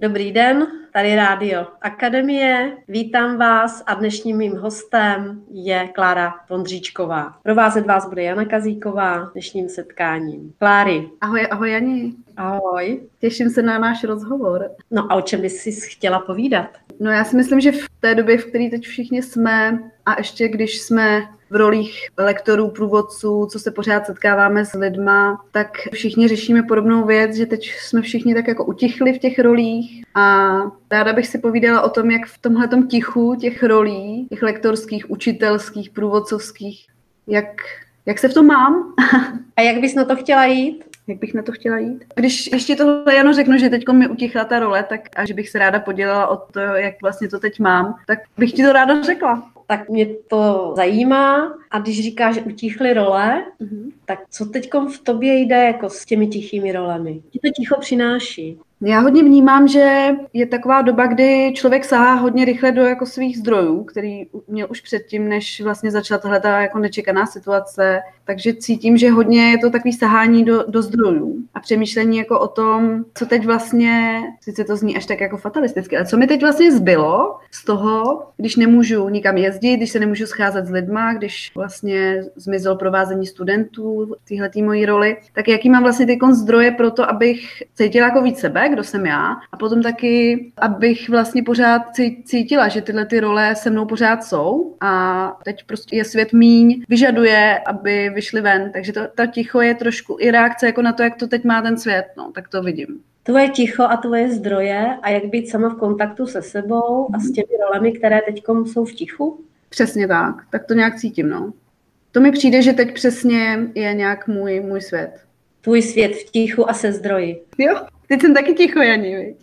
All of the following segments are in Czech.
Dobrý den, tady Rádio Akademie. Vítám vás a dnešním mým hostem je Klára Vondříčková. Provázet vás bude Jana Kazíková dnešním setkáním. Kláry. Ahoj Jani. Ahoj. Těším se na náš rozhovor. No a o čem bys si chtěla povídat? No já si myslím, že v té době, v které teď všichni jsme, a ještě když jsme v rolích lektorů, průvodců, co se pořád setkáváme s lidma, tak všichni řešíme podobnou věc, že teď jsme všichni tak jako utichli v těch rolích a ráda bych si povídala o tom, jak v tomhletom tichu těch rolí, těch lektorských, učitelských, průvodcovských, jak se v tom mám. A jak bys na to chtěla jít? Jak bych na to chtěla jít? Když ještě tohle Jano řeknu, že teď mi utichla ta role, tak a že bych se ráda podělila o to, jak vlastně to teď mám, tak bych ti to ráda řekla. Tak mě to zajímá a když říkáš, že utichly role, tak co teďkom v tobě jde jako s těmi tichými rolemi? Ti to ticho přináší? Já hodně vnímám, že je taková doba, kdy člověk sahá hodně rychle do jako svých zdrojů, který měl už předtím, než vlastně začala tahleta jako nečekaná situace. Takže cítím, že hodně je to takový sahání do zdrojů a přemýšlení jako o tom, co teď vlastně, sice to zní až tak jako fatalisticky, ale co mi teď vlastně zbylo z toho, když nemůžu nikam jezdit, když se nemůžu scházet s lidma, když vlastně zmizel provázení studentů v téhletý mojí roli, tak jaký mám vlastně teď zdroje pro to, abych cítila jako víc sebe, kdo jsem já, a potom taky, abych vlastně pořád cítila, že tyhle ty role se mnou pořád jsou a teď prostě je svět míň, vyžaduje, aby vyšli ven, takže to ticho je trošku i reakce jako na to, jak to teď má ten svět, no, tak to vidím. Tvoje ticho a tvoje zdroje a jak být sama v kontaktu se sebou a s těmi rolemi, které teďkom jsou v tichu? Přesně tak to nějak cítím, no. To mi přijde, že teď přesně je nějak můj svět. Tvůj svět v tichu a se zdroji. Jo, teď jsem taky ticho, Jani, viď?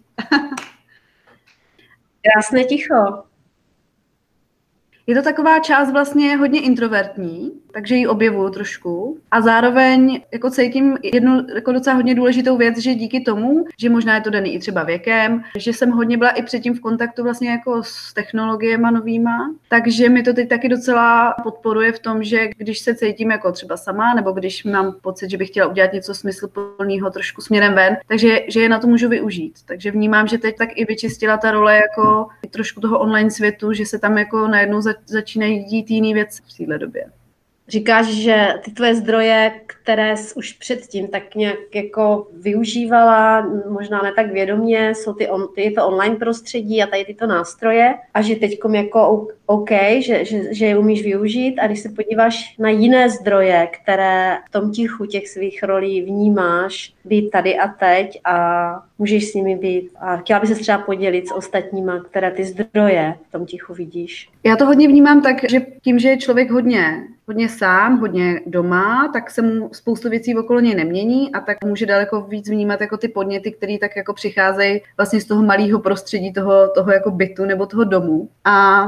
Krásné ticho. Je to taková část vlastně hodně introvertní, takže ji objevuju trošku a zároveň jako cítím jednu jako docela hodně důležitou věc, že díky tomu, že možná je to daný i třeba věkem, že jsem hodně byla i předtím v kontaktu vlastně jako s technologiemi novýma, takže mi to teď taky docela podporuje v tom, že když se cítím jako třeba sama, nebo když mám pocit, že bych chtěla udělat něco smysluplného trošku směrem ven, takže že je na to můžu využít. Takže vnímám, že teď tak i vyčistila ta role jako trošku toho online světu, že se tam jako najednou začínají dít jiný věci v téhle době. Říkáš, že ty tvoje zdroje, které jsi už předtím tak nějak jako využívala, možná ne tak vědomě, jsou je to online prostředí a tady tyto nástroje a že teďkom jako OK, že je umíš využít a když se podíváš na jiné zdroje, které v tom tichu těch svých rolí vnímáš, být tady a teď a můžeš s nimi být a chtěla by se třeba podělit s ostatníma, které ty zdroje v tom tichu vidíš. Já to hodně vnímám tak, že tím, že je člověk hodně sám, hodně doma, tak se mu spoustu věcí okolo něj nemění a tak může daleko víc vnímat jako ty podněty, které tak jako přicházejí vlastně z toho malého prostředí, toho jako bytu nebo toho domu. A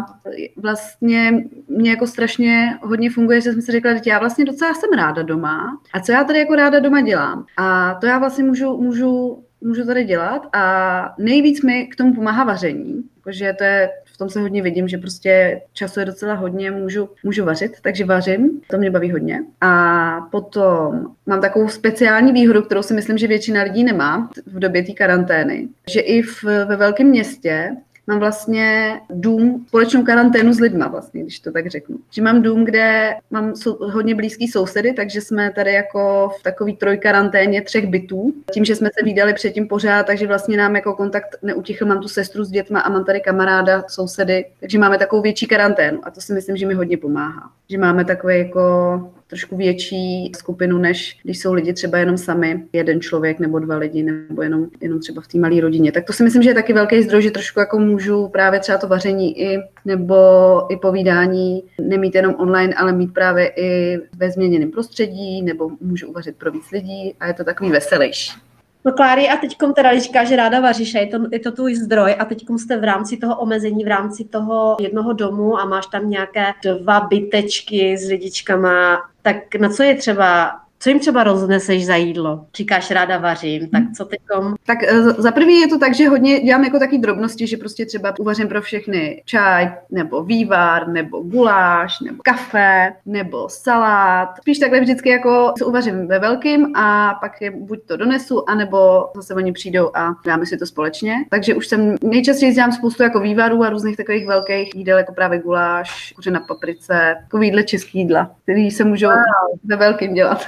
vlastně mě jako strašně hodně funguje, že jsem si řekla, že já vlastně docela jsem ráda doma a co já tady jako ráda doma dělám. A to já vlastně můžu tady dělat a nejvíc mi k tomu pomáhá vaření, protože v tom se hodně vidím, že prostě času je docela hodně, můžu vařit, takže vařím, to mě baví hodně. A potom mám takovou speciální výhodu, kterou si myslím, že většina lidí nemá v době té karantény, že i ve velkém městě mám vlastně dům, společnou karanténu s lidma vlastně, když to tak řeknu. Že mám dům, kde mám hodně blízký sousedy, takže jsme tady jako v takový trojkaranténě 3 bytů. Tím, že jsme se vídali předtím pořád, takže vlastně nám jako kontakt neutichl, mám tu sestru s dětma a mám tady kamaráda, sousedy, takže máme takovou větší karanténu a to si myslím, že mi hodně pomáhá. Že máme takový jako trošku větší skupinu, než když jsou lidi třeba jenom sami, jeden člověk nebo 2 lidi, nebo jenom třeba v té malé rodině. Tak to si myslím, že je taky velký zdroj, že trošku jako můžu právě třeba to vaření nebo i povídání nemít jenom online, ale mít právě i ve změněném prostředí, nebo můžu uvařit pro víc lidí a je to takový veselější. No Kláry, a teďkom teda říkáš, že ráda vaříš a je to tvůj zdroj a teďkom jste v rámci toho omezení, v rámci toho jednoho domu a máš tam nějaké 2 bytečky s lidičkama, tak na co je třeba Co jim třeba rozneseš za jídlo? Říkáš, ráda vařím, tak co teďkom? Tak za prvý je to tak, že hodně dělám jako taky drobnosti, že prostě třeba uvařím pro všechny čaj, nebo vývar, nebo guláš, nebo kafe, nebo salát. Spíš takhle vždycky jako se uvařím ve velkým a pak je buď to donesu, anebo zase oni přijdou a dáme si to společně. Takže už jsem nejčastěji dělám spoustu jako vývarů a různých takových velkých jídel, jako právě guláš, kuře na paprice, takovýhle český jídla, který se můžou ve velkým dělat.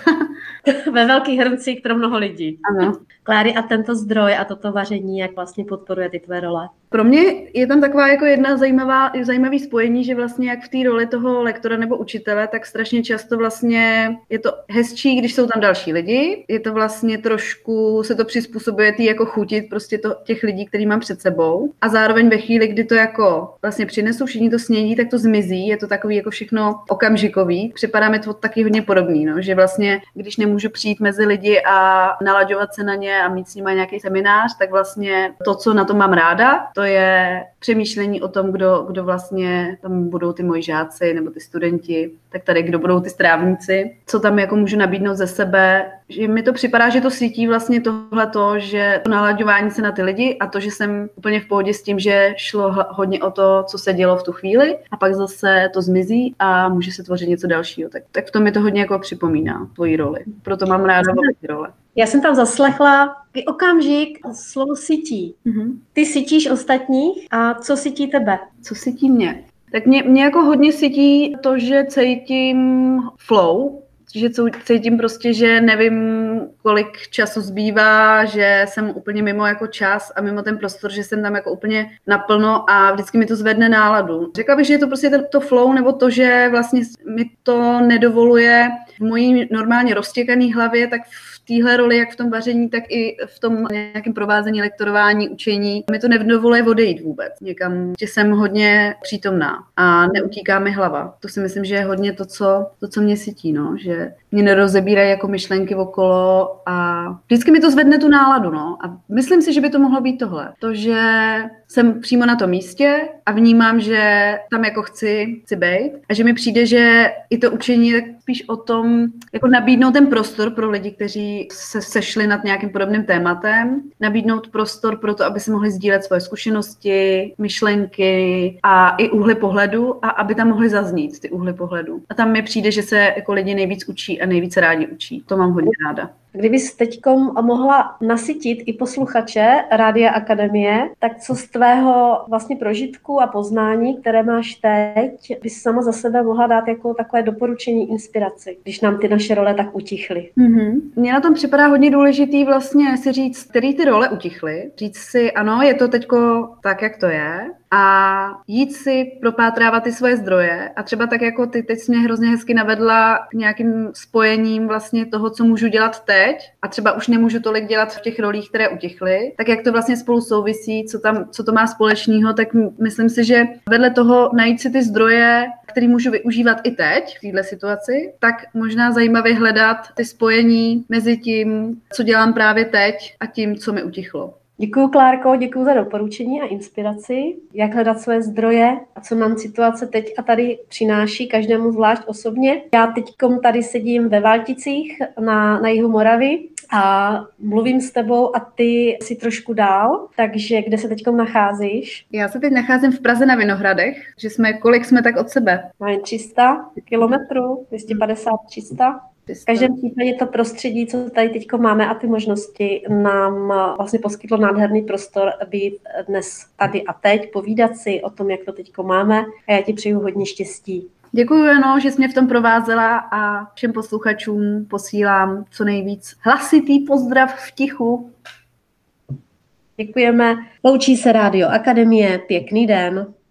Ve velkých hrncích pro mnoho lidí. Ano. Kláry, a tento zdroj a toto vaření, jak vlastně podporuje ty tvé role? Pro mě je tam taková jako jedna zajímavý spojení, že vlastně jak v té roli toho lektora nebo učitele, tak strašně často vlastně je to hezčí, když jsou tam další lidi. Je to vlastně trošku, se to přizpůsobuje tý jako chutit prostě těch lidí, který mám před sebou. A zároveň ve chvíli, kdy to jako vlastně přinesu, všichni to snědí, tak to zmizí. Je to takový jako všechno okamžikový. Připadá mi to taky hodně podobný, no? Že vlastně, když nemůžu přijít mezi lidi a nalaďovat se na ně a mít s nimi nějaký seminář, tak vlastně to, co na to mám ráda, to je přemýšlení o tom, kdo vlastně tam budou ty moji žáci nebo ty studenti, tak tady kdo budou ty strávníci, co tam jako můžu nabídnout ze sebe, že mi to připadá, že to svítí vlastně tohleto, že to nalaďování se na ty lidi a to, že jsem úplně v pohodě s tím, že šlo hodně o to, co se dělo v tu chvíli a pak zase to zmizí a může se tvořit něco dalšího. Tak v tom mi to hodně jako připomíná tvoji roli. Proto mám ráda ty role. Já jsem tam zaslechla okamžik slovo sytí. Ty sytíš ostatních a co sytí tebe? Co sytí mě? Tak mě jako hodně sytí to, že cítím flow, že cítím prostě, že nevím, kolik času zbývá, že jsem úplně mimo jako čas a mimo ten prostor, že jsem tam jako úplně naplno a vždycky mi to zvedne náladu. Řekla bych, že je to prostě to flow nebo to, že vlastně mi to nedovoluje v mojí normálně roztěkané hlavě, tak v téhle roli, jak v tom vaření, tak i v tom nějakém provázení, lektorování, učení, mi to nedovoluje odejít vůbec někam, že jsem hodně přítomná a neutíká mi hlava. To si myslím, že je hodně to, co mě sytí, no, že mě nerozebírají jako myšlenky okolo a vždycky mi to zvedne tu náladu, no. A myslím si, že by to mohlo být tohle. To, že jsem přímo na tom místě a vnímám, že tam jako chci být a že mi přijde, že i to učení je spíš o tom, jako nabídnout ten prostor pro lidi, kteří se sešli nad nějakým podobným tématem, nabídnout prostor pro to, aby se mohli sdílet svoje zkušenosti, myšlenky a i úhly pohledu a aby tam mohly zaznít ty úhly pohledu. A tam mi přijde, že se jako lidi nejvíc učí a nejvíc rádi učí. To mám hodně ráda. Kdybys teďkom mohla nasytit i posluchače Rádia Akademie, tak co z tvého vlastně prožitku a poznání, které máš teď, bys sama za sebe mohla dát jako takové doporučení, inspiraci, když nám ty naše role tak utichly? Mně na tom připadá hodně důležitý vlastně si říct, který ty role utichly. Říct si, ano, je to teďko tak, jak to je, a jít si propátrávat ty svoje zdroje a třeba tak jako ty teď jsi mě hrozně hezky navedla k nějakým spojením vlastně toho, co můžu dělat teď a třeba už nemůžu tolik dělat v těch rolích, které utichly, tak jak to vlastně spolu souvisí, co to má společného, tak myslím si, že vedle toho najít si ty zdroje, které můžu využívat i teď v této situaci, tak možná zajímavě hledat ty spojení mezi tím, co dělám právě teď a tím, co mi utichlo. Děkuju, Klárko, děkuju za doporučení a inspiraci, jak hledat své zdroje a co nám situace teď a tady přináší každému zvlášť osobně. Já teďkom tady sedím ve Valticích na jihu Moravy a mluvím s tebou a ty si trošku dál, takže kde se teďkom nacházíš? Já se teď nacházím v Praze na Vinohradech, že kolik jsme tak od sebe? Máme 300 kilometrů, 250-300. V každém případě to prostředí, co tady teď máme a ty možnosti nám vlastně poskytlo nádherný prostor být dnes tady a teď, povídat si o tom, jak to teď máme a já ti přeju hodně štěstí. Děkuji, Jano, že jsi mě v tom provázela a všem posluchačům posílám co nejvíc hlasitý pozdrav v tichu. Děkujeme. Loučí se Rádio Akademie. Pěkný den.